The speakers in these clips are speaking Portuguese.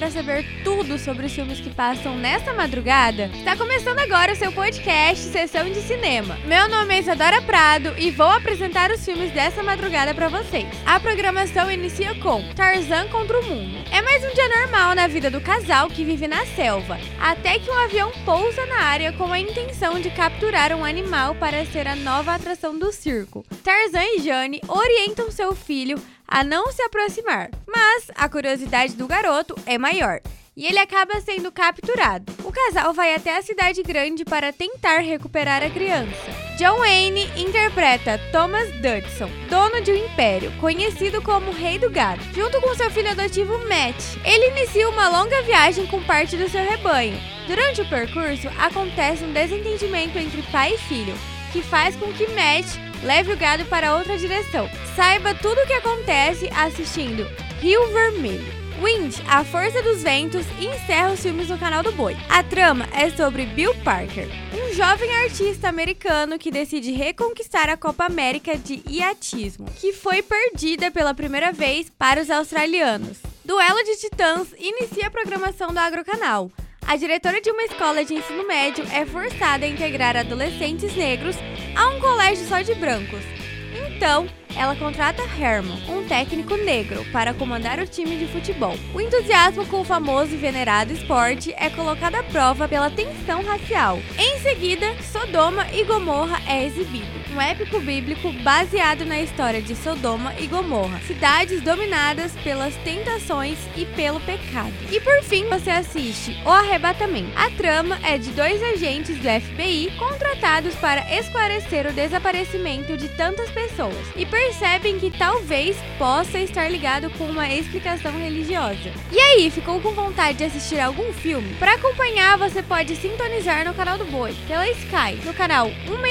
para saber tudo sobre os filmes que passam nesta madrugada? Está começando agora o seu podcast Sessão de Cinema. Meu nome é Isadora Prado e vou apresentar os filmes dessa madrugada para vocês. A programação inicia com Tarzan contra o Mundo. É mais um dia normal na vida do casal que vive na selva, até que um avião pousa na área com a intenção de capturar um animal para ser a nova atração do circo. Tarzan e Jane orientam seu filho a não se aproximar, mas a curiosidade do garoto é maior e ele acaba sendo capturado. O casal vai até a cidade grande para tentar recuperar a criança. John Wayne interpreta Thomas Dodson, dono de um império, conhecido como Rei do Gado, junto com seu filho adotivo Matt. Ele inicia uma longa viagem com parte do seu rebanho. Durante o percurso, acontece um desentendimento entre pai e filho, que faz com que Matt leve o gado para outra direção. Saiba tudo o que acontece assistindo Rio Vermelho. Wind, A Força dos Ventos, encerra os filmes no canal do Boi. A trama é sobre Bill Parker, um jovem artista americano que decide reconquistar a Copa América de Iatismo, que foi perdida pela primeira vez para os australianos. Duelo de Titãs inicia a programação do Agrocanal. A diretora de uma escola de ensino médio é forçada a integrar adolescentes negros a um colégio só de brancos. Então, ela contrata Herman, um técnico negro, para comandar o time de futebol. O entusiasmo com o famoso e venerado esporte é colocado à prova pela tensão racial. Em seguida, Sodoma e Gomorra é exibido, um épico bíblico baseado na história de Sodoma e Gomorra, cidades dominadas pelas tentações e pelo pecado. E por fim, você assiste O Arrebatamento. A trama é de dois agentes do FBI contratados para esclarecer o desaparecimento de tantas pessoas e percebem que talvez possa estar ligado com uma explicação religiosa. E aí, ficou com vontade de assistir algum filme? Para acompanhar, você pode sintonizar no canal do Boi, pela Sky, no canal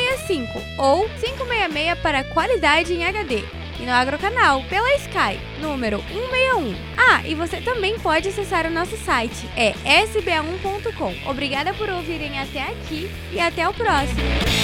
165 ou 566 para qualidade em HD. E no Agrocanal, pela Sky, número 161. Ah, e você também pode acessar o nosso site, é sba1.com. Obrigada por ouvirem até aqui e até o próximo.